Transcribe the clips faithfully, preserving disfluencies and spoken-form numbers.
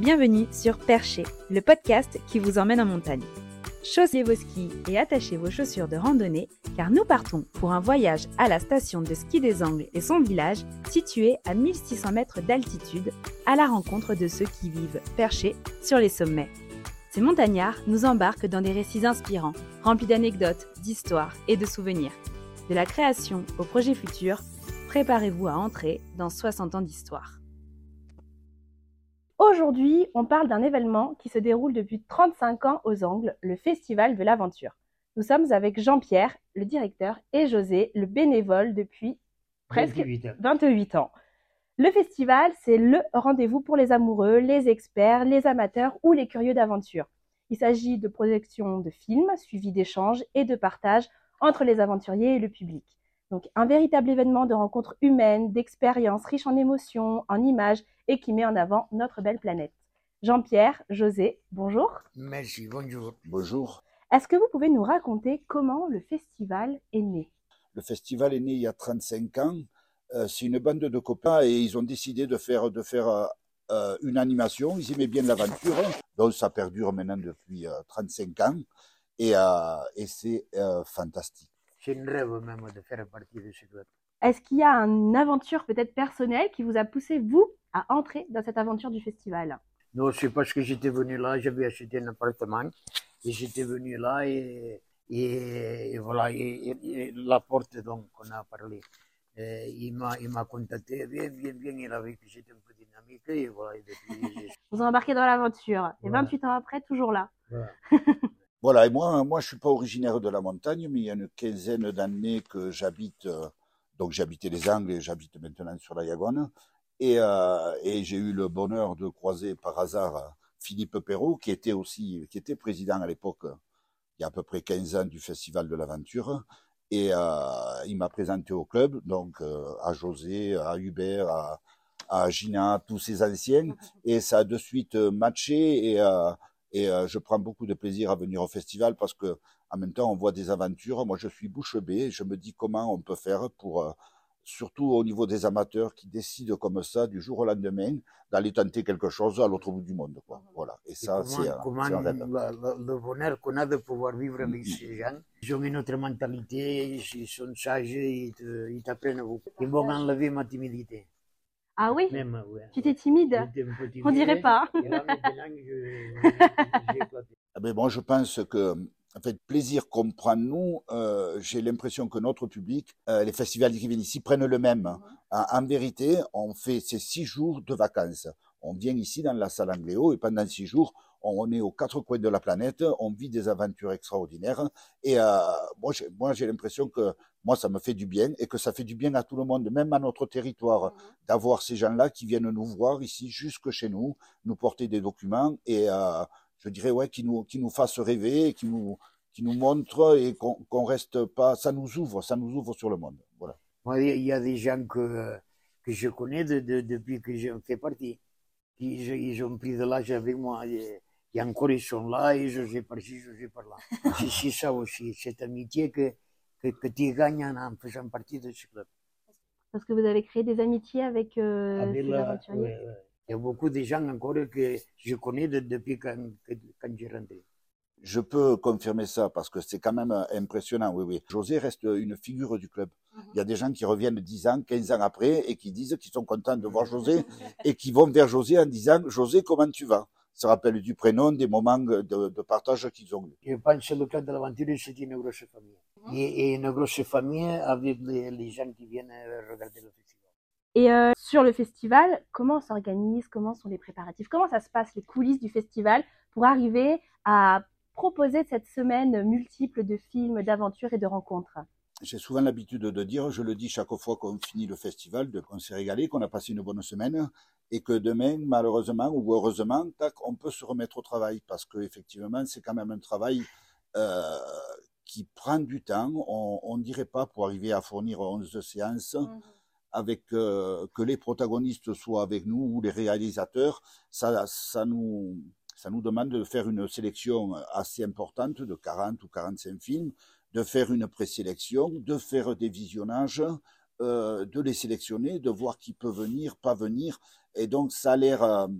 Bienvenue sur Perché, le podcast qui vous emmène en montagne. Chaussez vos skis et attachez vos chaussures de randonnée car nous partons pour un voyage à la station de ski des Angles et son village situé à mille six cents mètres d'altitude à la rencontre de ceux qui vivent perchés sur les sommets. Ces montagnards nous embarquent dans des récits inspirants, remplis d'anecdotes, d'histoires et de souvenirs. De la création au projet futur, préparez-vous à entrer dans soixante ans d'histoire. Aujourd'hui, on parle d'un événement qui se déroule depuis trente-cinq ans aux Angles, le Festival de l'Aventure. Nous sommes avec Jean-Pierre, le directeur, et José, le bénévole depuis presque vingt-huit ans. Le festival, c'est le rendez-vous pour les amoureux, les experts, les amateurs ou les curieux d'aventure. Il s'agit de projections de films, suivis d'échanges et de partage entre les aventuriers et le public. Donc, un véritable événement de rencontres humaines, d'expériences riches en émotions, en images et qui met en avant notre belle planète. Jean-Pierre, José, bonjour. Merci, bonjour. Bonjour. Est-ce que vous pouvez nous raconter comment le festival est né ? Le festival est né il y a trente-cinq ans. Euh, c'est une bande de copains et ils ont décidé de faire, de faire euh, une animation. Ils aimaient bien l'aventure, donc ça perdure maintenant depuis euh, trente-cinq ans et, euh, et c'est euh, fantastique. C'est un rêve même de faire partie de ce club. Est-ce qu'il y a une aventure peut-être personnelle qui vous a poussé, vous, à entrer dans cette aventure du festival ? Non, c'est parce que j'étais venu là, j'avais acheté un appartement et j'étais venu là et, et, et voilà, et, et, et la porte dont on a parlé, et il m'a, il m'a contacté, bien, bien, bien, il avait que j'étais un peu dynamique et voilà. Et depuis, vous embarquez dans l'aventure et voilà. vingt-huit ans après, toujours là. Voilà. Voilà, et moi, moi, je suis pas originaire de la montagne, mais il y a une quinzaine d'années que j'habite, euh, donc j'habitais les Angles et j'habite maintenant sur la Yagone. Et, euh, et j'ai eu le bonheur de croiser par hasard Philippe Perrault, qui était aussi, qui était président à l'époque, il y a à peu près quinze ans, du Festival de l'Aventure. Et euh, il m'a présenté au club, donc euh, à José, à Hubert, à, à Gina, tous ces anciens. Et ça a de suite matché et euh, Et euh, je prends beaucoup de plaisir à venir au festival parce que, en même temps, on voit des aventures. Moi, je suis bouche bée. Je me dis comment on peut faire pour, euh, surtout au niveau des amateurs qui décident comme ça, du jour au lendemain, d'aller tenter quelque chose à l'autre bout du monde, quoi. Voilà. Et ça, et comment, c'est, comment c'est un rêve. La, la, le bonheur qu'on a de pouvoir vivre avec mmh. ces gens. Ils ont une autre mentalité, ils sont sages, ils, te, ils t'apprennent beaucoup. Ils m'ont enlevé ma timidité. Ah oui, Même, ouais. Tu étais timide, timide on dirait pas. Et là, maintenant, je, j'ai éclaté. Ah ben bon, je pense que, en fait, plaisir qu'on prend nous, euh, j'ai l'impression que notre public, euh, les festivals qui viennent ici prennent le même. En, en vérité, on fait ces six jours de vacances. On vient ici dans la salle Angléo et pendant six jours, on est aux quatre coins de la planète, on vit des aventures extraordinaires. Et euh, moi, j'ai, moi, j'ai l'impression que moi, ça me fait du bien et que ça fait du bien à tout le monde, même à notre territoire, d'avoir ces gens-là qui viennent nous voir ici, jusque chez nous, nous porter des documents et euh, je dirais ouais, qui nous, qui nous fassent rêver, qui nous, qui nous montrent et qu'on, qu'on reste pas, ça nous ouvre, ça nous ouvre sur le monde. Voilà. Moi, il y a des gens que, que je connais de, de, depuis que j'en fais partie. Qui, ils ont pris de l'âge avec moi. Et, et encore, ils sont là et je sais par-ci, je sais par-là. c'est, c'est ça aussi, cette amitié que, que, que tu gagnes en faisant partie de ce club. Parce que vous avez créé des amitiés avec, euh, avec ces la, aventuriers. Ouais, ouais. Il y a beaucoup de gens encore que je connais de, depuis quand, que, quand j'ai rentré. Je peux confirmer ça parce que c'est quand même impressionnant, oui, oui. José reste une figure du club. Mm-hmm. Il y a des gens qui reviennent dix ans, quinze ans après et qui disent qu'ils sont contents de voir José et qui vont vers José en disant « José, comment tu vas ?» Se rappellent du prénom, des moments de, de partage qu'ils ont eu. Je pense que le club de l'aventure, c'est une grosse famille. Mm-hmm. Et, et une grosse famille avec les, les gens qui viennent regarder le festival. Et euh, sur le festival, comment on s'organise, comment sont les préparatifs, comment ça se passe, les coulisses du festival pour arriver à proposer cette semaine multiple de films, d'aventures et de rencontres? J'ai souvent l'habitude de dire, je le dis chaque fois qu'on finit le festival, qu'on s'est régalé, qu'on a passé une bonne semaine et que demain, malheureusement ou heureusement, tac, on peut se remettre au travail parce que effectivement, c'est quand même un travail euh, qui prend du temps. On ne dirait pas pour arriver à fournir onze séances. Mmh. Avec euh, que les protagonistes soient avec nous ou les réalisateurs, ça, ça, nous, ça nous demande de faire une sélection assez importante de quarante ou quarante-cinq films, de faire une présélection, de faire des visionnages, euh, de les sélectionner, de voir qui peut venir, pas venir. Et donc ça a l'air, euh,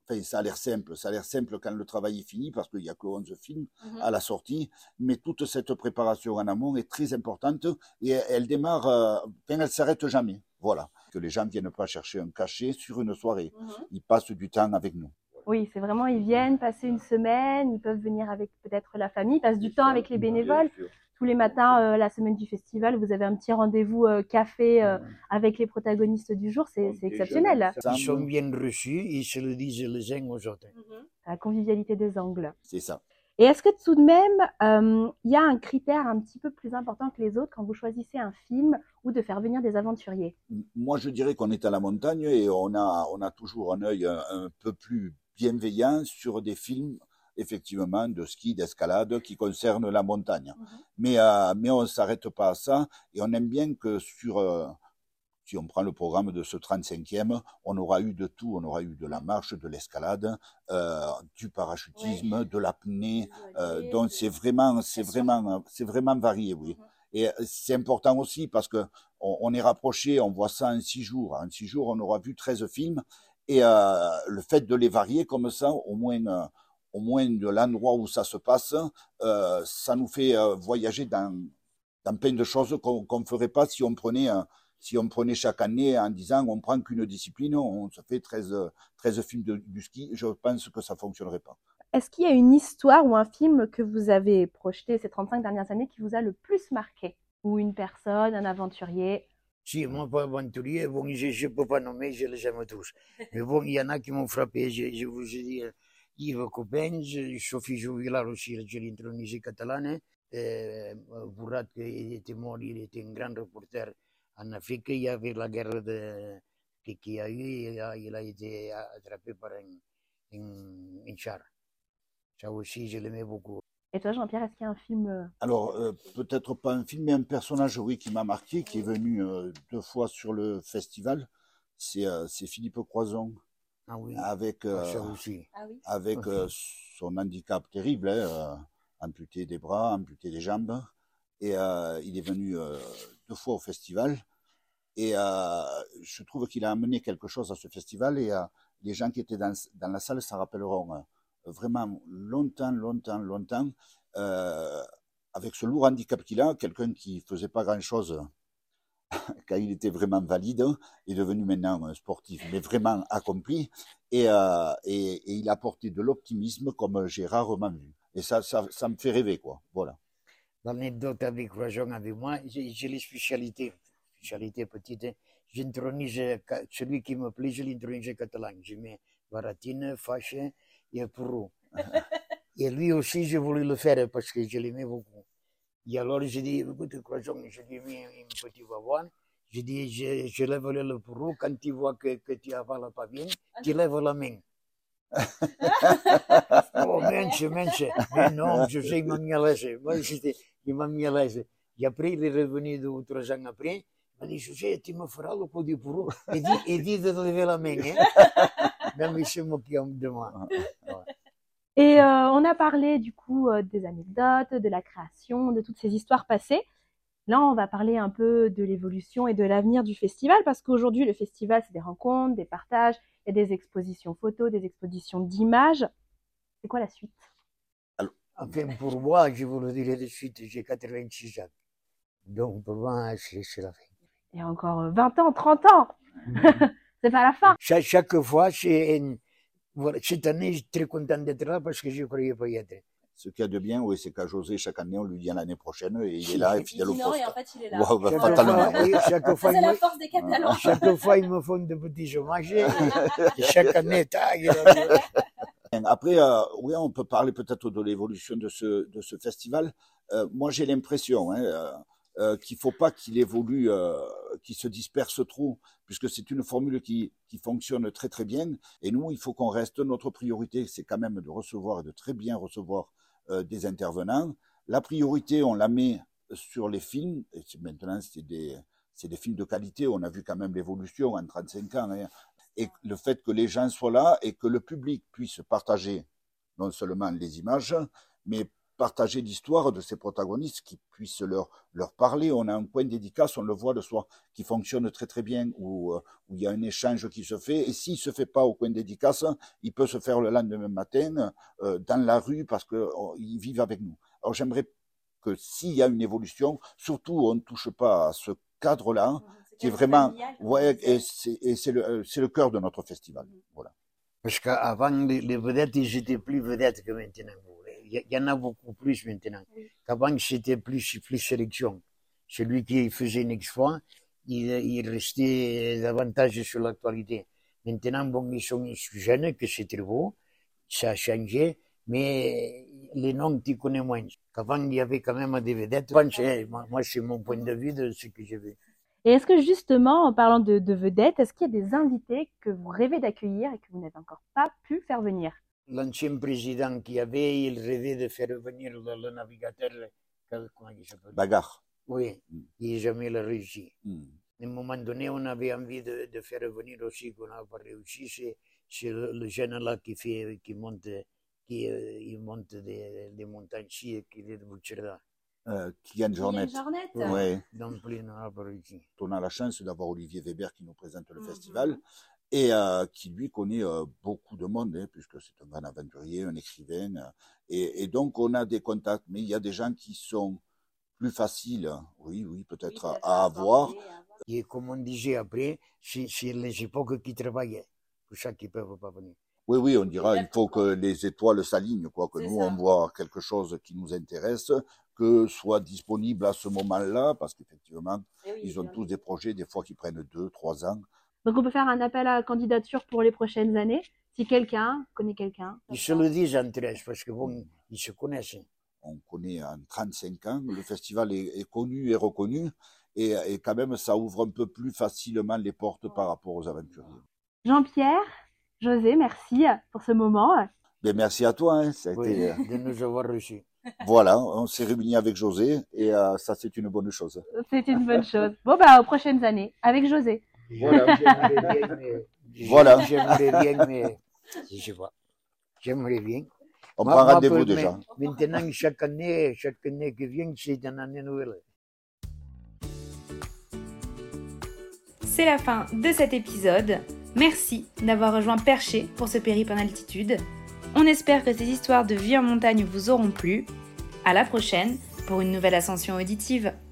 enfin, ça a l'air simple, ça a l'air simple quand le travail est fini, parce qu'il n'y a que onze films Mhm. à la sortie, mais toute cette préparation en amont est très importante et elle, elle démarre, euh, enfin, elle s'arrête jamais. Voilà, que les gens ne viennent pas chercher un cachet sur une soirée, Mhm. ils passent du temps avec nous. Oui, c'est vraiment, ils viennent passer une semaine, ils peuvent venir avec peut-être la famille, ils passent du temps avec les bénévoles. Tous les matins, euh, la semaine du festival, vous avez un petit rendez-vous euh, café euh, avec les protagonistes du jour, c'est c'est exceptionnel. Ils sont bien reçus, ils se le disent les uns aux autres. Mhm. La convivialité des Angles. C'est ça. Et est-ce que tout de même, il euh, y a un critère un petit peu plus important que les autres quand vous choisissez un film ou de faire venir des aventuriers? Moi, je dirais qu'on est à la montagne et on a, on a toujours un œil un, un peu plus bienveillant sur des films, effectivement, de ski, d'escalade qui concernent la montagne. Mm-hmm. Mais, euh, mais on ne s'arrête pas à ça et on aime bien que sur... Euh, si on prend le programme de ce trente-cinquième, on aura eu de tout. On aura eu de la marche, de l'escalade, euh, du parachutisme, oui. de l'apnée. Euh, donc c'est vraiment, c'est vraiment, c'est vraiment varié, oui. Mm-hmm. Et c'est important aussi parce que on, on est rapproché, on voit ça en six jours. En six jours, on aura vu treize films. Et euh, le fait de les varier comme ça, au moins, euh, au moins de l'endroit où ça se passe, euh, ça nous fait euh, voyager dans, dans plein de choses qu'on qu'on ne ferait pas si on prenait un Si on prenait chaque année en disant on prend qu'une discipline, on se fait treize, treize films de, du ski, je pense que ça ne fonctionnerait pas. Est-ce qu'il y a une histoire ou un film que vous avez projeté ces trente-cinq dernières années qui vous a le plus marqué? Ou une personne, un aventurier? Si, moi, pas aventurier, bon, je ne peux pas nommer, je les aime tous. Mais bon, il y en a qui m'ont frappé, je, je vous ai dit, Yves Coppens, Sophie Jouvilar aussi, je l'ai intronisé catalane, euh, Bourrat, qui était mort, il était un grand reporter. En Afrique, il y avait la guerre de, qui, qui a eu, il a, il a été attrapé par un, un, un char. Ça aussi, je l'aimais beaucoup. Et toi, Jean-Pierre, est-ce qu'il y a un film? Alors, euh, peut-être pas un film, mais un personnage, oui, qui m'a marqué, qui est venu euh, deux fois sur le festival. C'est euh, Philippe Croison. Ah oui. Avec, euh, ah, ça aussi. Ah oui. avec euh, son handicap terrible, hein, euh, amputé des bras, amputé des jambes. Et euh, il est venu euh, deux fois au festival. Et euh, je trouve qu'il a amené quelque chose à ce festival. Et euh, les gens qui étaient dans, dans la salle s'en rappelleront euh, vraiment longtemps, longtemps, longtemps. Euh, avec ce lourd handicap qu'il a, quelqu'un qui ne faisait pas grand-chose quand il était vraiment valide, est devenu maintenant un sportif, mais vraiment accompli. Et, euh, et, et il a apporté de l'optimisme comme j'ai rarement vu. Et ça, ça, ça me fait rêver, quoi. Voilà. L'anecdote avec Croison, avec moi, j'ai les spécialités, spécialités petites. J'intronise celui qui me plaît, je l'intronise catalan. Je mets baratine, fâche et pourrou. Et lui aussi, je voulais le faire parce que je l'aimais beaucoup. Et alors, j'ai dit, écoute, Croison, je lui ai mis un petit bavouane. J'ai dit, je, je lève le pourrou. Quand tu vois que, que tu avales pas bien, tu lèves la main. Oh, menche, menche. Mais non, je sais, il m'a mis à l'aise. Il m'a mis à l'aise. Et après, il est revenu deux ou trois ans après. Il m'a dit, je sais, tu me feras le coup du pourrou. Et dit, et dit de lever la main. Hein? Même il se moquait de moi. Et euh, on a parlé du coup euh, des anecdotes, de la création, de toutes ces histoires passées. Là, on va parler un peu de l'évolution et de l'avenir du festival, parce qu'aujourd'hui, le festival, c'est des rencontres, des partages, il y a des expositions photos, des expositions d'images. C'est quoi la suite? Alors, enfin, pour moi, je vous le dirai de suite, j'ai quatre-vingt-six ans. Donc, pour moi, c'est la fin. Il y a encore vingt ans, trente ans. C'est pas la fin. Cha chaque fois, c'est une... voilà, cette année, je suis très content d'être là parce que je ne croyais pas y être. Ce qu'il y a de bien, oui, c'est qu'à José, chaque année, on lui dit l'année prochaine et il est là, et fidèle au poste. Non, et en fait, il est là. Wow, bah, Chaque fatalement. fois, oui, chaque fois, C'est la me... force des Catalans. chaque fois, ils me font de petits chômages. Et chaque année, tag. Après, euh, oui, on peut parler peut-être de l'évolution de ce, de ce festival. Euh, moi, j'ai l'impression hein, euh, euh, qu'il ne faut pas qu'il évolue, euh, qu'il se disperse trop, puisque c'est une formule qui, qui fonctionne très très bien. Et nous, il faut qu'on reste, notre priorité, c'est quand même de recevoir et de très bien recevoir euh, des intervenants. La priorité, on la met sur les films. Et maintenant, c'est des, c'est des films de qualité. On a vu quand même l'évolution en trente-cinq ans. Hein. Et le fait que les gens soient là et que le public puisse partager non seulement les images, mais partager l'histoire de ces protagonistes, qui puissent leur, leur parler. On a un coin dédicace, on le voit le soir, qui fonctionne très très bien, où, où il y a un échange qui se fait. Et s'il ne se fait pas au coin dédicace, il peut se faire le lendemain matin euh, dans la rue parce qu'ils vivent avec nous. Alors j'aimerais que s'il y a une évolution, surtout on ne touche pas à ce cadre-là, qui est vraiment, ouais, et c'est, et c'est le, c'est le cœur de notre festival. Voilà. Parce qu'avant, les, les vedettes, ils étaient plus vedettes que maintenant. Il y en a beaucoup plus maintenant. Qu'avant, c'était plus, plus sélection. Celui qui faisait une exploit, il, il restait davantage sur l'actualité. Maintenant, bon, ils sont jeunes, que c'est très beau, ça a changé, mais les noms, tu connais moins. Qu'avant, il y avait quand même des vedettes. Moi, moi, c'est mon point de vue de ce que j'ai vu. Et est-ce que justement, en parlant de, de vedettes, est-ce qu'il y a des invités que vous rêvez d'accueillir et que vous n'avez encore pas pu faire venir? L'ancien président qui avait, il rêvait de faire venir le, le navigateur, comment il s'appelle? Bagarre. Oui, mm. Il n'a jamais l'a réussi. Mm. À un moment donné, on avait envie de, de faire venir aussi, qu'on n'a pas réussi, c'est, c'est le, le jeune là qui fait, qui monte, qui euh, il monte des, des montagnes ici, qui est de Boucherda. Euh, Kylian Jornet. Oui. Donc, plus, on n'a pas réussi. On a la chance d'avoir Olivier Weber qui nous présente le mm-hmm. festival et euh, qui lui connaît euh, beaucoup de monde, hein, puisque c'est un grand aventurier, un écrivain. Euh, et, et donc, on a des contacts, mais il y a des gens qui sont plus faciles, oui, oui, peut-être oui, à, à avoir. Et comme on disait après, c'est, c'est les époques qui travaillaient, pour ça qu'ils ne peuvent pas venir. Oui, oui, on dira, il faut que les étoiles s'alignent, quoi, que c'est nous, ça. On voit quelque chose qui nous intéresse, que soit disponible à ce moment-là, parce qu'effectivement, oui, ils ont tous des projets, des fois qui prennent deux, trois ans. Donc, on peut faire un appel à candidature pour les prochaines années, si quelqu'un connaît quelqu'un. Ils se le disent entre eux, parce que bon, ils se connaissent. On connaît en trente-cinq ans, le festival est, est connu et reconnu, et, et quand même, ça ouvre un peu plus facilement les portes par rapport aux aventuriers. Jean-Pierre, José, merci pour ce moment. Ben, merci à toi. Hein. Ça a oui, été... de nous avoir reçus. Voilà, on s'est réunis avec José et euh, ça, c'est une bonne chose. C'est une bonne chose. Bon, bah, aux prochaines années, avec José. Voilà, j'aimerais bien, mais... Voilà. J'aimerais bien, mais... Je sais pas. J'aimerais bien. On prend rendez-vous déjà. Maintenant, chaque année, chaque année qui vient, c'est une année nouvelle. C'est la fin de cet épisode. Merci d'avoir rejoint Perché pour ce périple en altitude. On espère que ces histoires de vie en montagne vous auront plu. À la prochaine pour une nouvelle ascension auditive.